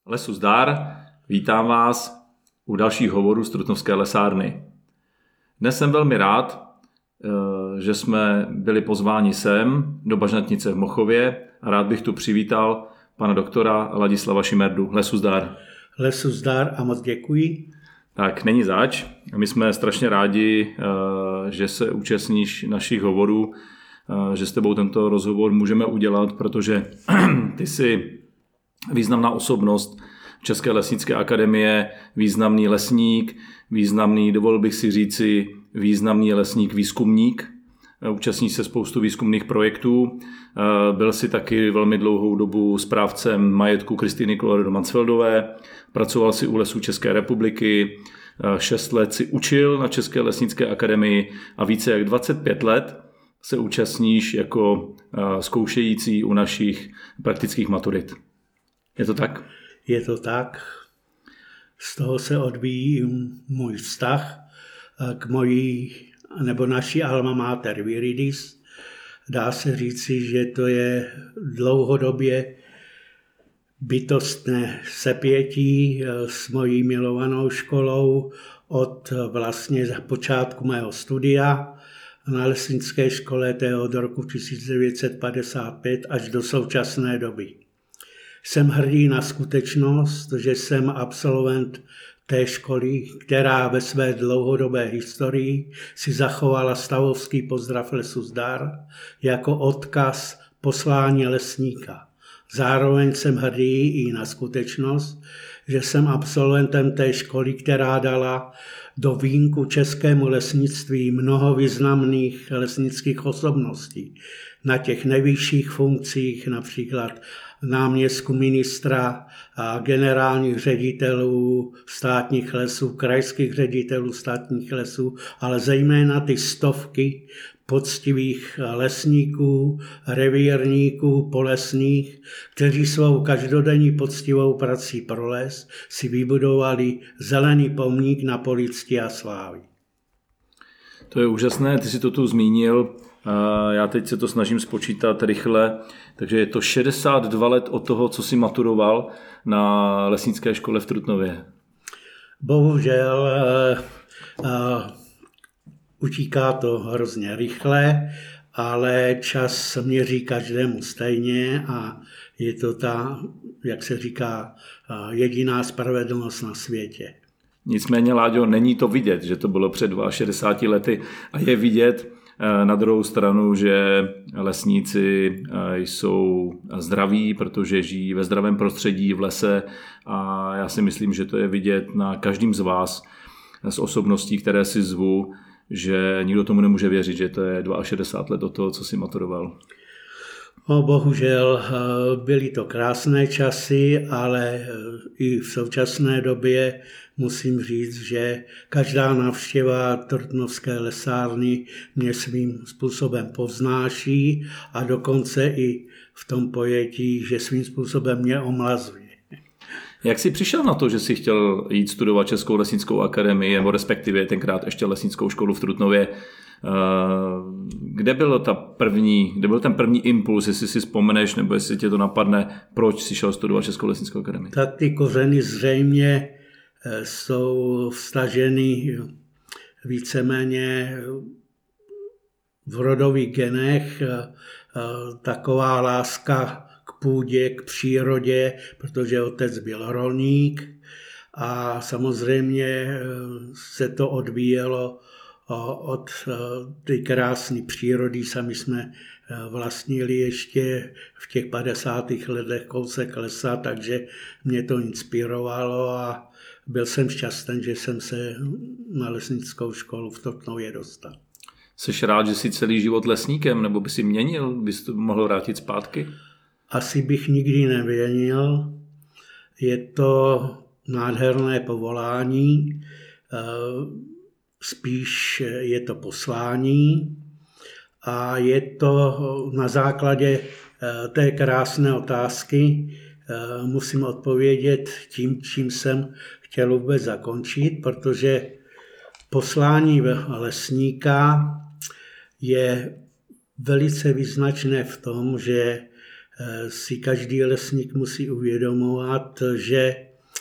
Lesu zdar, vítám vás u dalších hovorů z Trutnovské lesárny. Dnes jsem velmi rád, že jsme byli pozváni sem do Bažnatnice v Mochově a rád bych tu přivítal pana doktora Ladislava Šimerdu. Lesu zdar. Lesu zdar a moc děkuji. Tak není zač. My jsme strašně rádi, že se účastníš našich hovorů, že s tebou tento rozhovor můžeme udělat, protože ty jsi významná osobnost České lesnické akademie, významný lesník, významný, dovolil bych si říci, významný lesník, výzkumník. Účastníš se spoustu výzkumných projektů. Byl si taky velmi dlouhou dobu správcem majetku Kristýny Colloredo-Mansfeldové. Pracoval si u Lesů České republiky. 6 let si učil na České lesnické akademii a více jak 25 let se účastníš jako zkoušející u našich praktických maturit. Je to tak? Je to tak. Z toho se odvíjí můj vztah k mojí nebo naší alma mater Viridis. Dá se říci, že to je dlouhodobě bytostné sepětí s mojí milovanou školou od vlastně počátku mého studia na lesnické škole, to je od roku 1955 až do současné doby. Jsem hrdý na skutečnost, že jsem absolvent té školy, která ve své dlouhodobé historii si zachovala stavovský pozdrav Lesu zdar jako odkaz poslání lesníka. Zároveň jsem hrdý i na skutečnost, že jsem absolventem té školy, která dala do vínku českému lesnictví mnoho významných lesnických osobností. Na těch nejvyšších funkcích, například náměstku ministra a generálních ředitelů státních lesů, krajských ředitelů státních lesů, ale zejména ty stovky poctivých lesníků, revírníků, polesných, kteří svou každodenní poctivou prací pro les si vybudovali zelený pomník na poli cti a slávy. To je úžasné, ty si to tu zmínil. Já teď se to snažím spočítat rychle, takže je to 62 let od toho, co jsi maturoval na lesnické škole v Trutnově. Bohužel utíká to hrozně rychle, ale čas měří každému stejně a je to ta, jak se říká, jediná spravedlnost na světě. Nicméně, Láďo, není to vidět, že to bylo před 62 lety a je vidět na druhou stranu, že lesníci jsou zdraví, protože žijí ve zdravém prostředí v lese a já si myslím, že to je vidět na každém z vás, z osobností, které si zvu, že nikdo tomu nemůže věřit, že to je 62 let od toho, co si maturoval. Bohužel byly to krásné časy, ale i v současné době musím říct, že každá návštěva Trutnovské lesárny mě svým způsobem povznáší a dokonce i v tom pojetí, že svým způsobem mě omlazuje. Jak jsi přišel na to, že jsi chtěl jít studovat Českou lesnickou akademii, nebo respektive tenkrát ještě lesnickou školu v Trutnově? Kde byl ten první impuls, jestli si vzpomeneš, nebo jestli tě to napadne, proč jsi šel studovat Českou lesnickou akademii? Tak ty kořeny zřejmě jsou vstaženy víceméně v rodových genech, taková láska k půdě, k přírodě, protože otec byl rolník a samozřejmě se to odvíjelo od té krásné přírody. Sami jsme vlastnili ještě v těch 50. letech kousek lesa, takže mě to inspirovalo a byl jsem šťastný, že jsem se na lesnickou školu v Trutnově dostal. Jsi rád, že jsi celý život lesníkem, nebo by si měnil, bys to mohl vrátit zpátky? Asi bych nikdy neměnil. Je to nádherné povolání, spíš je to poslání a je to na základě té krásné otázky. Musím odpovědět tím, čím jsem chtěl vůbec zakončit, protože poslání lesníka je velice význačné v tom, že si každý lesník musí uvědomovat, že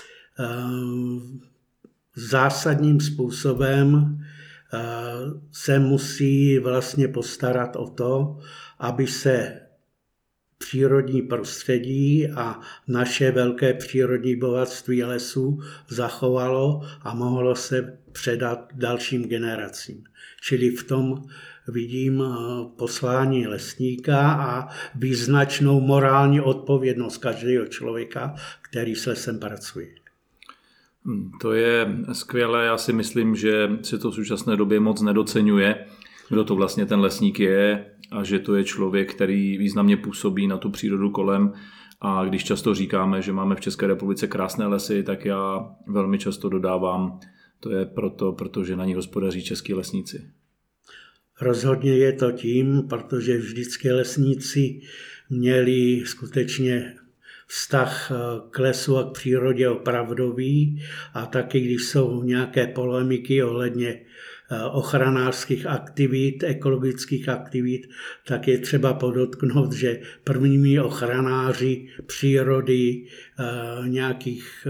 zásadním způsobem se musí vlastně postarat o to, aby se přírodní prostředí a naše velké přírodní bohatství lesů zachovalo a mohlo se předat dalším generacím. Čili v tom vidím poslání lesníka a význačnou morální odpovědnost každého člověka, který s lesem pracuje. To je skvělé. Já si myslím, že se to v současné době moc nedoceňuje, kdo to vlastně ten lesník je a že to je člověk, který významně působí na tu přírodu kolem. A když často říkáme, že máme v České republice krásné lesy, tak já velmi často dodávám, to je protože na ní hospodaří český lesníci. Rozhodně je to tím, protože vždycky lesníci měli skutečně vztah k lesu a k přírodě opravdový a taky, když jsou nějaké polemiky ohledně ochranářských aktivit, ekologických aktivit, tak je třeba podotknout, že prvními ochranáři přírody, nějakých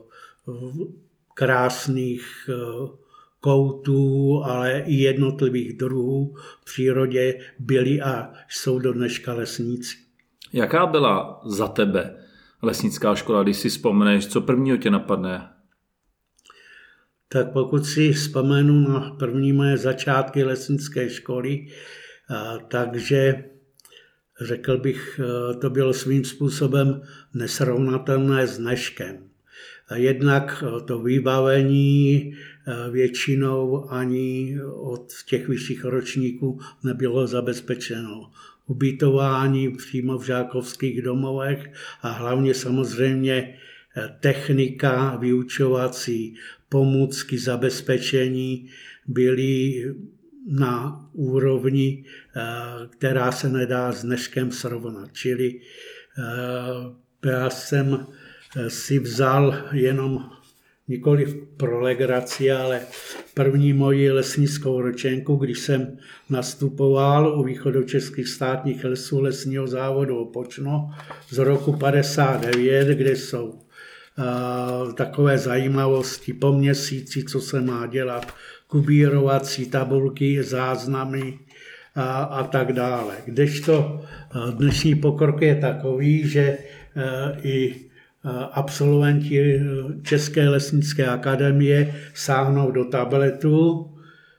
krásných koutů, ale i jednotlivých druhů v přírodě byli a jsou do dneška lesníci. Jaká byla za tebe lesnická škola, když si vzpomeneš, co prvního tě napadne? Tak pokud si vzpomenu na první moje začátky lesnické školy, takže řekl bych, to bylo svým způsobem nesrovnatelné s dneškem. Jednak to vybavení většinou ani od těch vyšších ročníků nebylo zabezpečeno. Ubytování přímo v žákovských domovech a hlavně samozřejmě technika, vyučovací pomůcky, zabezpečení byly na úrovni, která se nedá s dneškem srovnat. Čili já jsem si vzal jenom nikoli pro legraci, ale první moji lesnickou ročenku, když jsem nastupoval u Východočeských státních lesů lesního závodu Opočno z roku 59, kde jsou takové zajímavosti po měsíci, co se má dělat, kubírovací tabulky, záznamy a tak dále. Kdežto dnešní pokrok je takový, že i absolventi České lesnické akademie sáhnou do tabletu,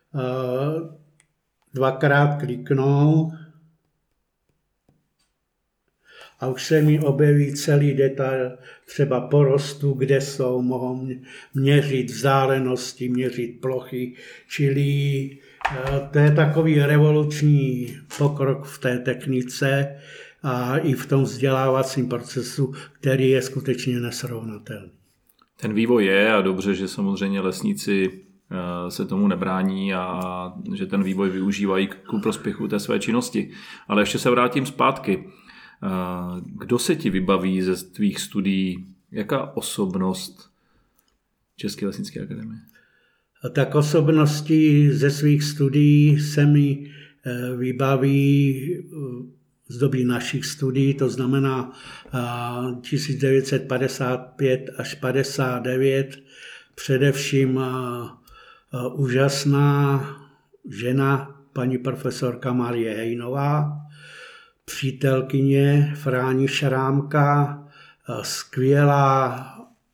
dvakrát kliknou a už se mi objeví celý detail třeba porostu, kde jsou, mohou měřit vzdálenosti, měřit plochy, čili to je takový revoluční pokrok v té technice a i v tom vzdělávacím procesu, který je skutečně nesrovnatelný. Ten vývoj je a dobře, že samozřejmě lesníci se tomu nebrání a že ten vývoj využívají ku prospěchu té své činnosti. Ale ještě se vrátím zpátky. Kdo se ti vybaví ze tvých studií? Jaká osobnost České lesnické akademie? Tak osobnosti ze svých studií se mi vybaví z doby našich studií, to znamená 1955 až 59, především úžasná žena, paní profesorka Marie Hejnová, přítelkyně Fráni Šrámka, skvělá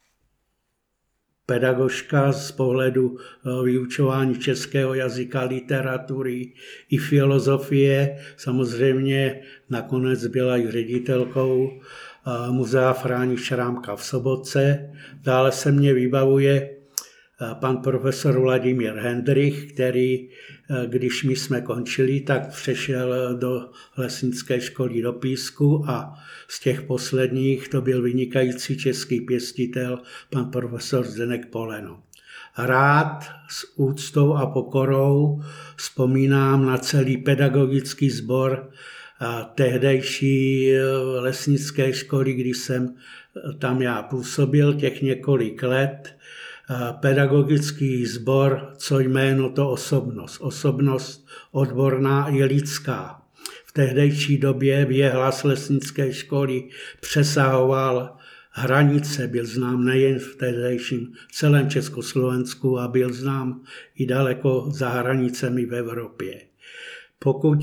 pedagožka z pohledu vyučování českého jazyka, literatury i filozofie. Samozřejmě nakonec byla i ředitelkou muzea Fráni Šrámka v Sobotce. Dále se mě vybavuje pan profesor Vladimír Hendrych, který, když my jsme končili, tak přešel do lesnické školy do Písku a z těch posledních to byl vynikající český pěstitel pan profesor Zdeněk Poleno. Rád s úctou a pokorou vzpomínám na celý pedagogický sbor tehdejší lesnické školy, když jsem tam já působil těch několik let. Pedagogický sbor, co jméno, to osobnost. Osobnost odborná i lidská. V tehdejší době věhlas lesnické školy přesahoval hranice, byl znám nejen v tehdejším celém Československu a byl znám i daleko za hranicemi v Evropě. Pokud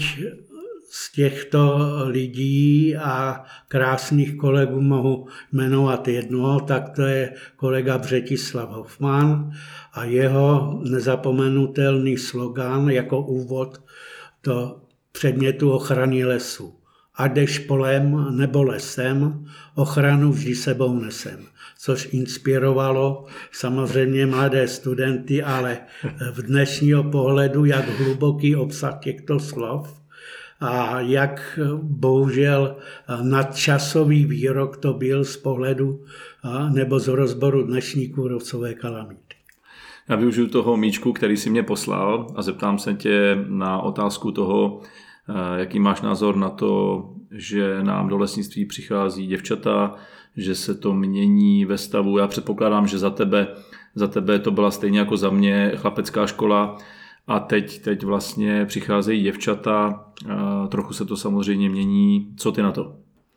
z těchto lidí a krásných kolegů mohu jmenovat jednoho, tak to je kolega Břetislav Hofman a jeho nezapomenutelný slogan jako úvod do předmětu ochrany lesu. Ať jdeš polem nebo lesem, ochranu vždy sebou nesem. Což inspirovalo samozřejmě mladé studenty, ale v dnešního pohledu, jak hluboký obsah těchto slov a jak bohužel nadčasový výrok to byl z pohledu nebo z rozboru dnešní kůrovcové kalamity. Já využiju toho míčku, který si mě poslal a zeptám se tě na otázku toho, jaký máš názor na to, že nám do lesnictví přichází děvčata, že se to mění ve stavu. Já předpokládám, že za tebe to byla stejně jako za mě chlapecká škola a teď vlastně přicházejí děvčata, trochu se to samozřejmě mění. Co ty na to?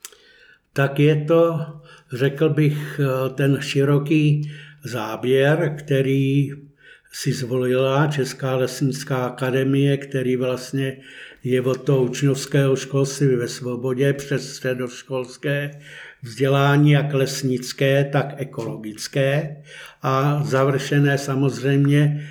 Tak je to, řekl bych, ten široký záběr, který si zvolila Česká lesnická akademie, který vlastně je od toho učňovského školství ve Svobodě přes středoškolské vzdělání jak lesnické, tak ekologické a završené samozřejmě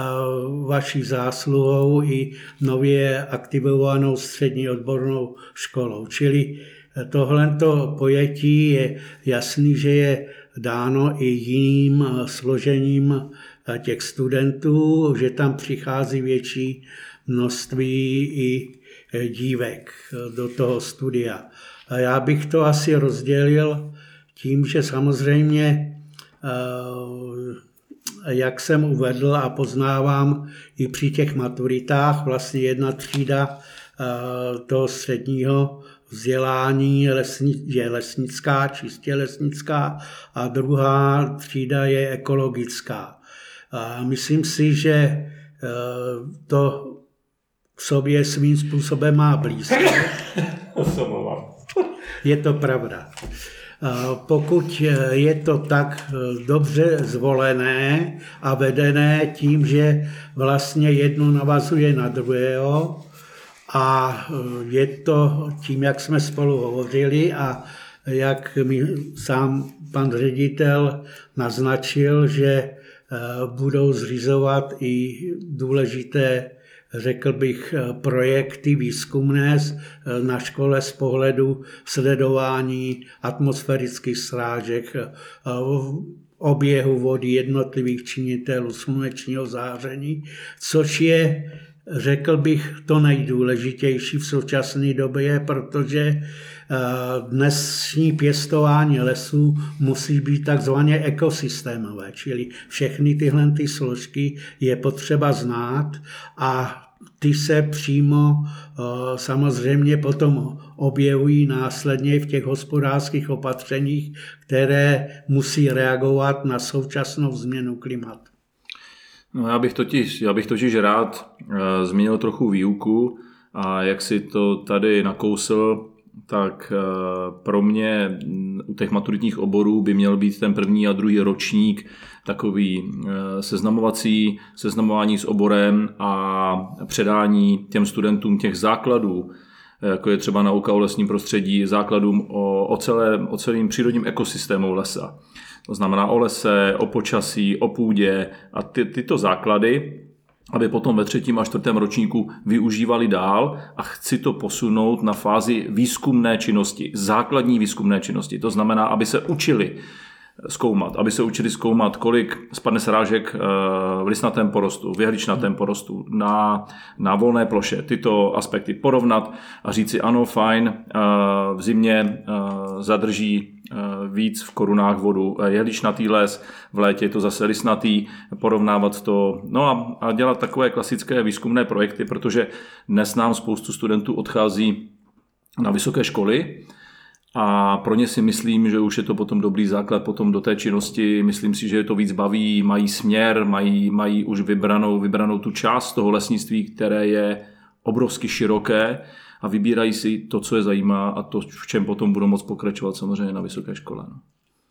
vaší zásluhou i nově aktivovanou střední odbornou školou. Čili tohleto pojetí je jasný, že je dáno i jiným složením těch studentů, že tam přichází větší množství i dívek do toho studia. A já bych to asi rozdělil tím, že samozřejmě, jak jsem uvedl a poznávám i při těch maturitách, vlastně jedna třída toho středního vzdělání je lesnická, čistě lesnická a druhá třída je ekologická. A myslím si, že to k sobě svým způsobem má blízko. Je to pravda. Pokud je to tak dobře zvolené a vedené tím, že vlastně jedno navazuje na druhého a je to tím, jak jsme spolu hovořili a jak mi sám pan ředitel naznačil, že budou zřizovat i důležité, řekl bych, projekty výzkumné na škole z pohledu sledování atmosférických srážek, oběhu vody jednotlivých činitelů slunečního záření, což je, řekl bych, to nejdůležitější v současné době, protože dnešní pěstování lesů musí být takzvaně ekosystémové, čili všechny tyhle složky je potřeba znát a ty se přímo samozřejmě potom objevují následně v těch hospodářských opatřeních, které musí reagovat na současnou změnu klimatu. No, já bych totiž rád změnil trochu výuku a jak si to tady nakousl, tak pro mě u těch maturitních oborů by měl být ten první a druhý ročník takový seznamování s oborem a předání těm studentům těch základů, jako je třeba nauka o lesním prostředí, základům o celém přírodním ekosystému lesa. To znamená o lese, o počasí, o půdě a tyto základy, aby potom ve 3. a 4. ročníku využívali dál a chci to posunout na fázi výzkumné činnosti, základní výzkumné činnosti. To znamená, aby se učili zkoumat, kolik spadne srážek v listnatém porostu, v jehličnatém porostu, na volné ploše, tyto aspekty porovnat a říci ano, fajn, v zimě zadrží víc v korunách vodu jehličnatý les, v létě je to zase listnatý, porovnávat to, no a dělat takové klasické výzkumné projekty, protože dnes nám spoustu studentů odchází na vysoké školy, a pro ně si myslím, že už je to potom dobrý základ potom do té činnosti. Myslím si, že je to víc baví, mají směr, mají už vybranou tu část toho lesnictví, které je obrovsky široké a vybírají si to, co je zajímá a to, v čem potom budou moct pokračovat samozřejmě na vysoké škole. No.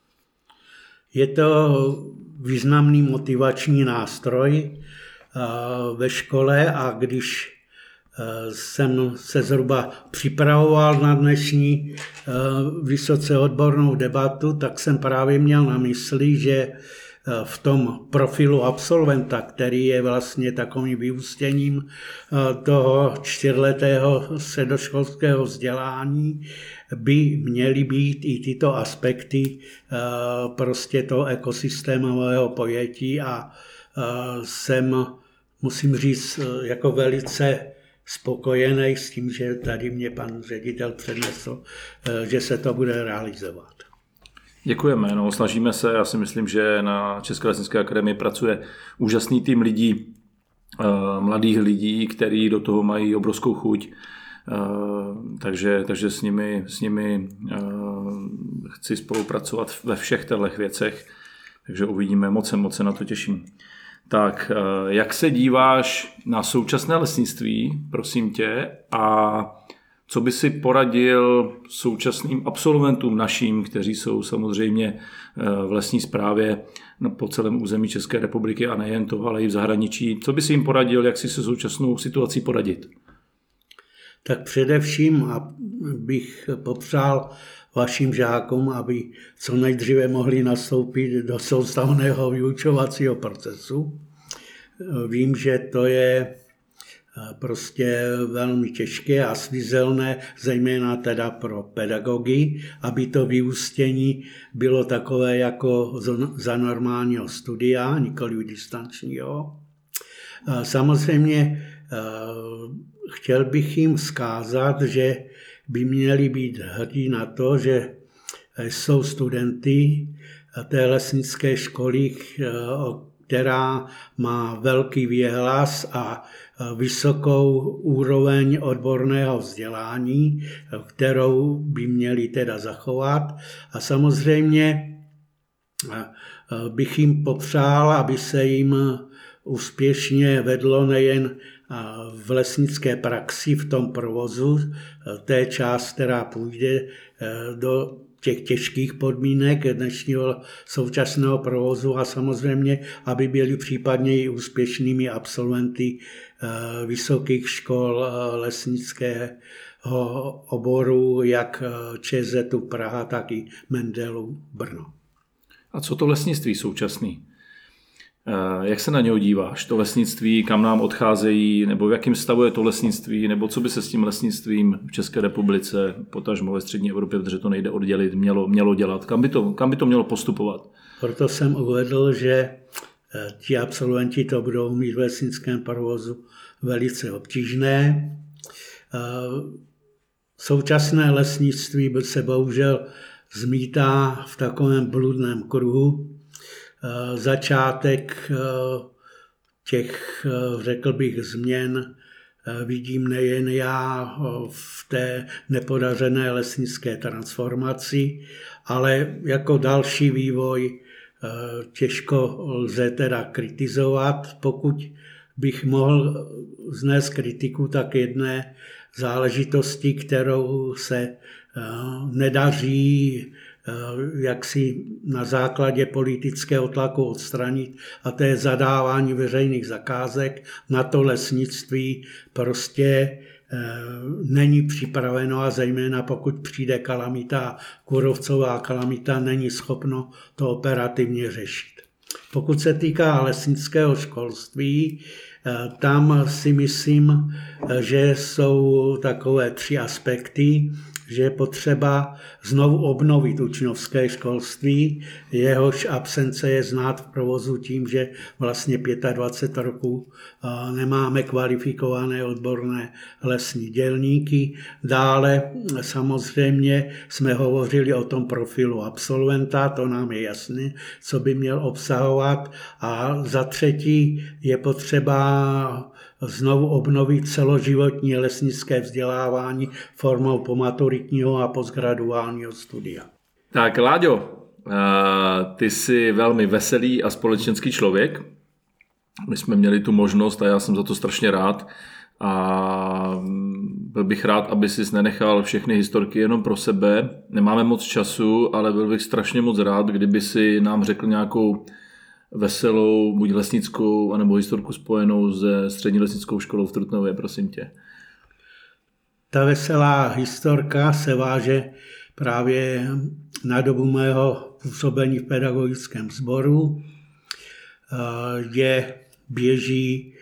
Je to významný motivační nástroj ve škole a když jsem se zhruba připravoval na dnešní vysoce odbornou debatu, tak jsem právě měl na mysli, že v tom profilu absolventa, který je vlastně takovým vyústěním toho 4letého středoškolského vzdělání, by měly být i tyto aspekty prostě toho ekosystémového pojetí a jsem, musím říct, jako velice spokojený s tím, že tady mě pan ředitel přednesl, že se to bude realizovat. Děkujeme, no, snažíme se, já si myslím, že na České lesnické akademii pracuje úžasný tým lidí, mladých lidí, kteří do toho mají obrovskou chuť, takže s nimi chci spolupracovat ve všech těchto věcech, takže uvidíme, moc se na to těším. Tak, jak se díváš na současné lesnictví, prosím tě, a co by si poradil současným absolventům našim, kteří jsou samozřejmě v lesní správě po celém území České republiky a nejen to, ale i v zahraničí. Co by si jim poradil, jak si se současnou situací poradit? Tak především bych popřál vašim žákům, aby co nejdříve mohli nastoupit do soustavného vyučovacího procesu. Vím, že to je prostě velmi těžké a svízelné, zejména teda pro pedagogy, aby to vyústění bylo takové jako za normálního studia, nikoliv distančního. Samozřejmě chtěl bych jim vzkázat, že by měli být hrdí na to, že jsou studenty té lesnické školy, která má velký věhlas a vysokou úroveň odborného vzdělání, kterou by měli teda zachovat. A samozřejmě bych jim popřál, aby se jim úspěšně vedlo nejen v lesnické praxi, v tom provozu, té část, která půjde do těch těžkých podmínek dnešního současného provozu a samozřejmě, aby byli případně i úspěšnými absolventy vysokých škol lesnického oboru, jak ČZ Praha, tak i Mendelu Brno. A co to lesnictví současný? Jak se na něho díváš? To lesnictví, kam nám odcházejí, nebo v jakém stavu je to lesnictví, nebo co by se s tím lesnictvím v České republice, potažmo ve střední Evropě, protože to nejde oddělit, mělo dělat? Kam by to mělo postupovat? Proto jsem uvedl, že ti absolventi to budou mít v lesnickém provozu velice obtížné. Současné lesnictví se bohužel zmítá v takovém bludném kruhu. Začátek těch, řekl bych, změn vidím nejen já v té nepodařené lesnické transformaci, ale jako další vývoj těžko lze teda kritizovat. Pokud bych mohl vznést kritiku, tak jedné záležitosti, kterou se nedaří jaksi na základě politického tlaku odstranit, a to je zadávání veřejných zakázek. Na to lesnictví prostě není připraveno a zejména pokud přijde kalamita, kůrovcová kalamita, není schopno to operativně řešit. Pokud se týká lesnického školství, tam si myslím, že jsou takové 3 aspekty, že je potřeba znovu obnovit učňovské školství. Jehož absence je znát v provozu tím, že vlastně 25 roků nemáme kvalifikované odborné lesní dělníky. Dále samozřejmě jsme hovořili o tom profilu absolventa, to nám je jasné, co by měl obsahovat. A za třetí je potřeba znovu obnovit celoživotní lesnické vzdělávání formou pomaturitního a postgraduálního studia. Tak Láďo, ty jsi velmi veselý a společenský člověk. My jsme měli tu možnost a já jsem za to strašně rád, a byl bych rád, aby si nenechal všechny historky jenom pro sebe. Nemáme moc času, ale byl bych strašně moc rád, kdyby si nám řekl nějakou veselou, buď lesnickou, anebo historku spojenou se střední lesnickou školou v Trutnově, prosím tě. Ta veselá historka se váže právě na dobu mého působení v pedagogickém sboru. Běží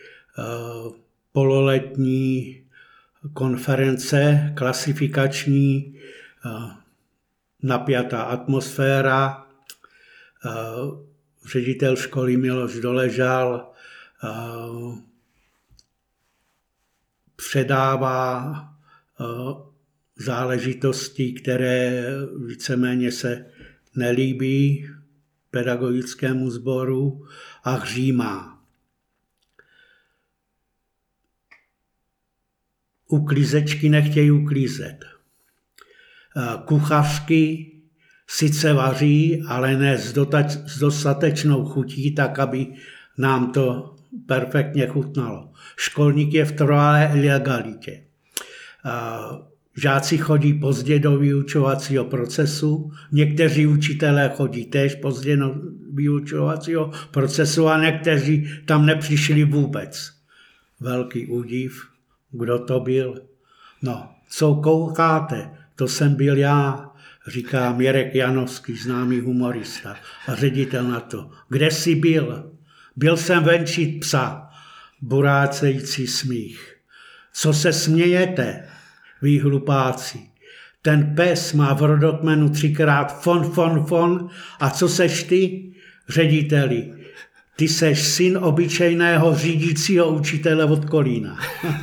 pololetní konference, klasifikační, napjatá atmosféra. Ředitel školy Miloš Doležal předává záležitosti, které víceméně se nelíbí pedagogickému sboru a hřímá. Uklízečky nechtějí uklízet. Kuchařky sice vaří, ale ne s dostatečnou chutí, tak aby nám to perfektně chutnalo. Školník je v trvalé ilegalitě. Žáci chodí pozdě do vyučovacího procesu, někteří učitelé chodí též pozdě do vyučovacího procesu a někteří tam nepřišli vůbec. Velký údiv, kdo to byl? No, co koukáte? To jsem byl já, říká Mirek Janovský, známý humorista. A ředitel na to, kde jsi byl? Byl jsem venčit psa, burácející smích. Co se smějete, vy hlupáci? Ten pes má v rodokmenu 3krát fon. A co seš ty, řediteli? Ty seš syn obyčejného řídícího učitele od Kolína.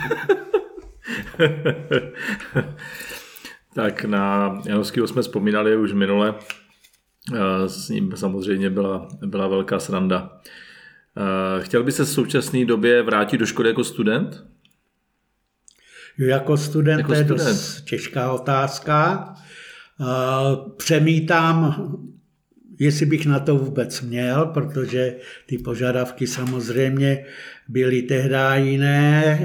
Tak na Janovského jsme vzpomínali už minule. S ním samozřejmě byla velká sranda. Chtěl by se v současné době vrátit do školy jako student? Jako student je dost těžká otázka. Přemítám, jestli bych na to vůbec měl, protože ty požadavky samozřejmě byly tehdy jiné.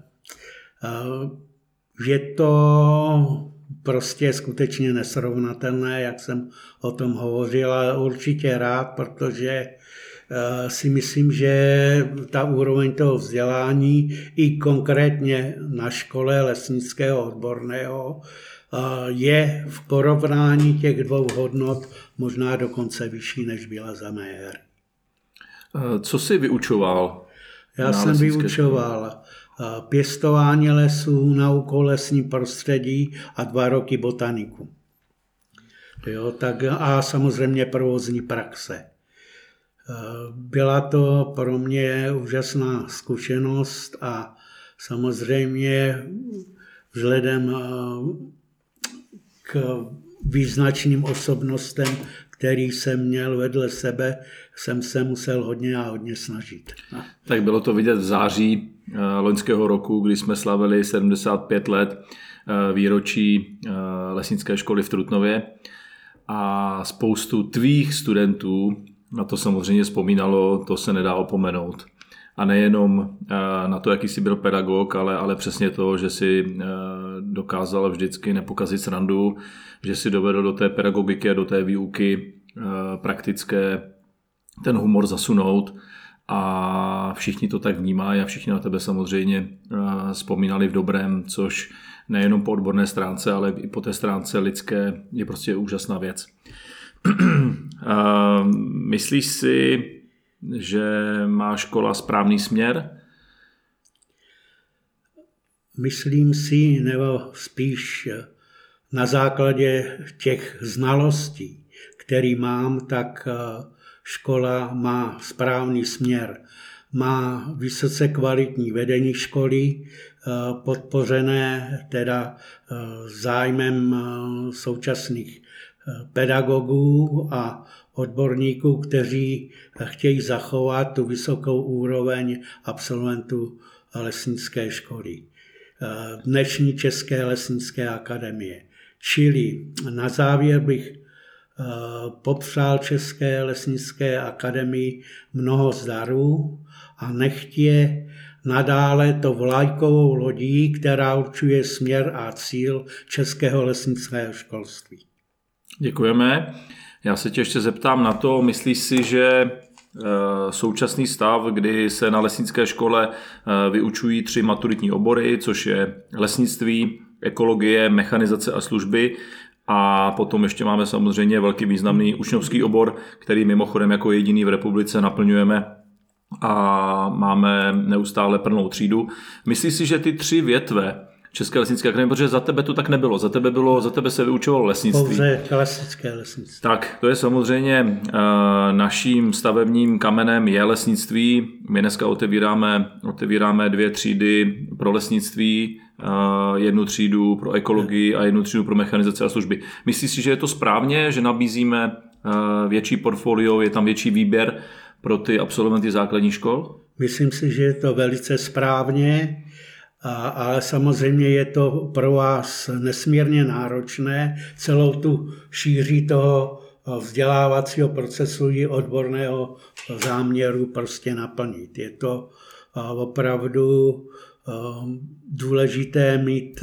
Je to prostě skutečně nesrovnatelné, jak jsem o tom hovořil, ale určitě rád, protože si myslím, že ta úroveň toho vzdělání i konkrétně na škole lesnického odborného je v porovnání těch dvou hodnot možná dokonce vyšší, než byla za mé éry. Co jsi vyučoval? Já jsem vyučoval pěstování lesů, nauku o lesním prostředí a 2 roky botaniku. Jo, tak a samozřejmě provozní praxe. Byla to pro mě úžasná zkušenost a samozřejmě vzhledem k význačným osobnostem, který jsem měl vedle sebe, jsem se musel hodně snažit. Tak bylo to vidět v září loňského roku, kdy jsme slavili 75 let výročí lesnické školy v Trutnově a spoustu tvých studentů na to samozřejmě vzpomínalo, to se nedá opomenout. A nejenom na to, jaký jsi byl pedagog, ale přesně to, že si dokázal vždycky nepokazit srandu, že si dovedl do té pedagogiky a do té výuky praktické ten humor zasunout a všichni to tak vnímají a všichni na tebe samozřejmě vzpomínali v dobrém, což nejenom po odborné stránce, ale i po té stránce lidské je prostě úžasná věc. Myslíš si, že má škola správný směr? Myslím si, nebo spíš na základě těch znalostí, které mám, tak škola má správný směr. Má vysoce kvalitní vedení školy, podpořené teda zájmem současných pedagogů a odborníků, kteří chtějí zachovat tu vysokou úroveň absolventů lesnické školy. Dnešní České lesnické akademie. Čili na závěr bych popřál České lesnické akademii mnoho zdarů a nechť je nadále to vlajkovou lodí, která určuje směr a cíl českého lesnického školství. Děkujeme. Já se tě ještě zeptám na to, myslíš si, že současný stav, kdy se na lesnické škole vyučují 3 maturitní obory, což je lesnictví, ekologie, mechanizace a služby, a potom ještě máme samozřejmě velký významný učňovský obor, který mimochodem jako jediný v republice naplňujeme a máme neustále plnou třídu. Myslíš si, že ty 3 větve České lesnické akademie, protože za tebe to tak nebylo, za tebe se vyučovalo lesnictví. Pouze klasické lesnictví. Tak, to je samozřejmě naším stavebním kamenem je lesnictví. My dneska otevíráme 2 třídy pro lesnictví, 1 třídu pro ekologii a 1 třídu pro mechanizaci a služby. Myslíš si, že je to správně, že nabízíme větší portfolio, je tam větší výběr pro ty absolventy základních škol? Myslím si, že je to velice správně, ale samozřejmě je to pro vás nesmírně náročné celou tu šíří toho vzdělávacího procesu i odborného záměru prostě naplnit. Je to opravdu důležité mít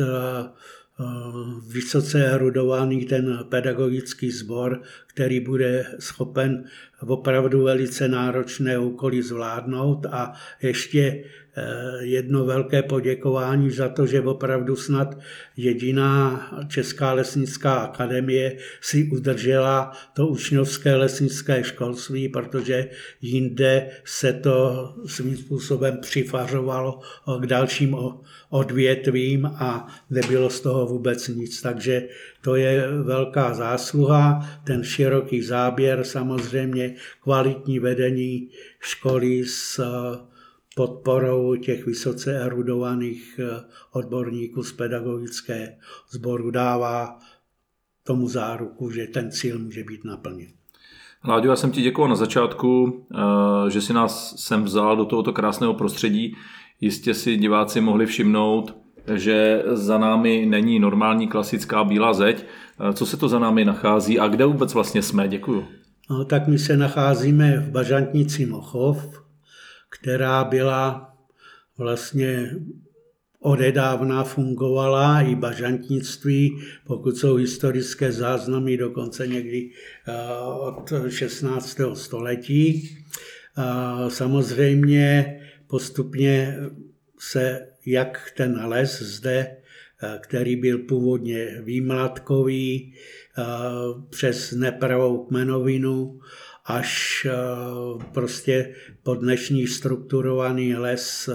vysoce erudovaný ten pedagogický sbor, který bude schopen opravdu velice náročné úkoly zvládnout, a ještě jedno velké poděkování za to, že opravdu snad jediná Česká lesnická akademie si udržela to učňovské lesnické školství, protože jinde se to svým způsobem přifařovalo k dalším odvětvím a nebylo z toho vůbec nic. Takže to je velká zásluha, ten široký záběr, samozřejmě kvalitní vedení školy s podporou těch vysoce erudovaných odborníků z pedagogické sboru dává tomu záruku, že ten cíl může být naplněn. Láďo, já jsem ti děkoval na začátku, že si nás sem vzal do tohoto krásného prostředí. Jistě si diváci mohli všimnout, že za námi není normální klasická bílá zeď. Co se to za námi nachází a kde vůbec vlastně jsme? Děkuju. No, tak my se nacházíme v bažantnici Mochov, která byla vlastně odedávna fungovala i bažantnictví, pokud jsou historické záznamy, dokonce někdy od 16. století. Samozřejmě postupně se jak ten les zde, který byl původně výmlatkový, přes nepravou kmenovinu, až prostě po dnešní strukturovaný les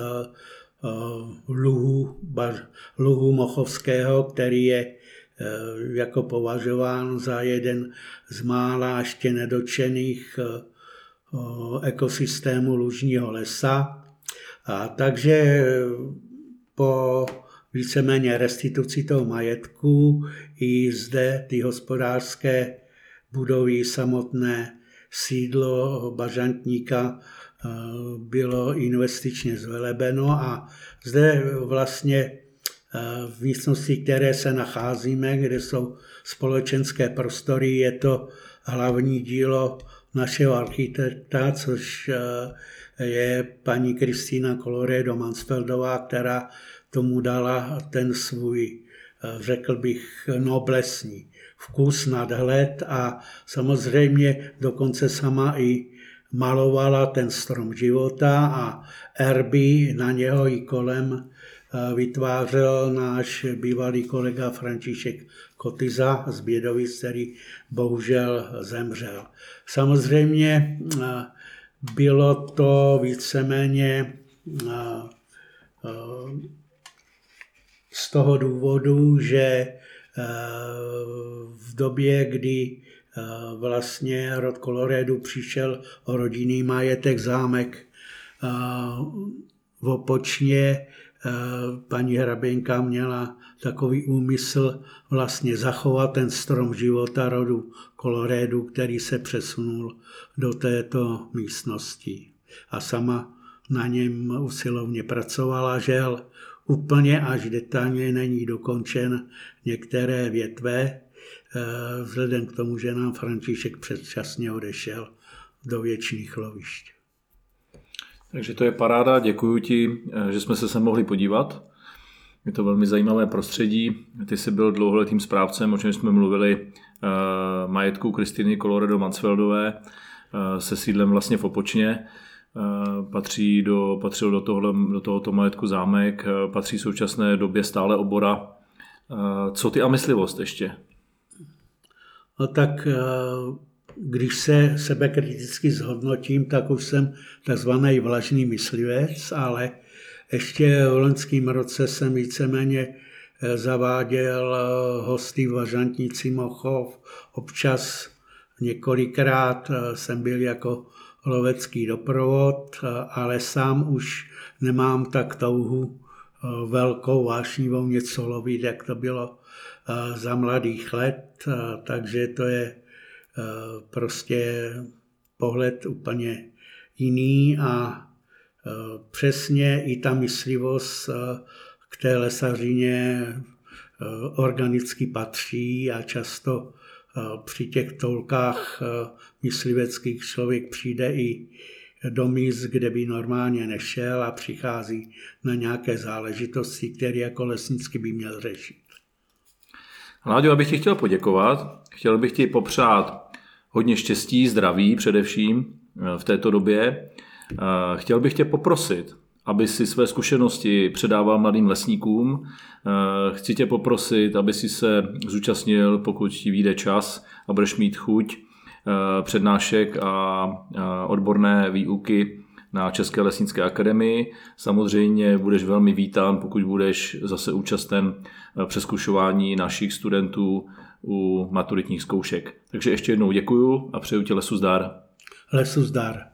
luhu mochovského, který je jako považován za jeden z mála ještě nedotčených ekosystémů lužního lesa. Takže po víceméně restituci toho majetku i zde ty hospodářské budovy, samotné sídlo bažantníka bylo investičně zvelebeno a zde vlastně v místnosti, které se nacházíme, kde jsou společenské prostory, je to hlavní dílo našeho architekta, což je paní Kristýna Colloredo-Mansfeldová, která tomu dala ten svůj, řekl bych, noblesní vkus, nadhled a samozřejmě dokonce sama i malovala ten strom života a erby na něho i kolem vytvářel náš bývalý kolega František Kotyza z Bědovic, který bohužel zemřel. Samozřejmě bylo to víceméně z toho důvodu, že v době, kdy vlastně rod Colloredu přišel o rodinný majetek, zámek v Opočně, paní hraběnka měla takový úmysl vlastně zachovat ten strom života rodu Colloredu, který se přesunul do této místnosti. A sama na něm usilovně pracovala, žel úplně až detailně není dokončen některé větve, vzhledem k tomu, že nám František předčasně odešel do věčných lovišť. Takže to je paráda, děkuji ti, že jsme se sem mohli podívat. Je to velmi zajímavé prostředí. Ty jsi byl dlouholetým správcem, o čem jsme mluvili, majetku Kristýny Colloredo-Mansfeldové se sídlem vlastně v Opočně. Patřil do tohoto majetku zámek, patří v současné době stále obora. Co ty a myslivost ještě? No tak když se sebekriticky zhodnotím, tak už jsem takzvaný vlažný myslivec, ale ještě v loňském roce jsem víceméně zaváděl hosty v Žantnici Mochov. Občas několikrát jsem byl jako lovecký doprovod, ale sám už nemám tak touhu velkou vášnivou něco lovit, jak to bylo za mladých let, takže to je prostě pohled úplně jiný a přesně i ta myslivost k té lesařině organicky patří a často při těch toulkách mysliveckých člověk přijde i do míst, kde by normálně nešel a přichází na nějaké záležitosti, které jako lesnicky by měl řešit. Láďo, já bych ti chtěl poděkovat. Chtěl bych ti popřát hodně štěstí, zdraví především v této době. Chtěl bych tě poprosit, aby si své zkušenosti předával mladým lesníkům. Chci tě poprosit, aby si se zúčastnil, pokud ti vyjde čas a budeš mít chuť, přednášek a odborné výuky na České lesnické akademii. Samozřejmě budeš velmi vítán, pokud budeš zase účasten přezkušování našich studentů u maturitních zkoušek. Takže ještě jednou děkuju a přeju ti lesu zdar. Lesu zdar.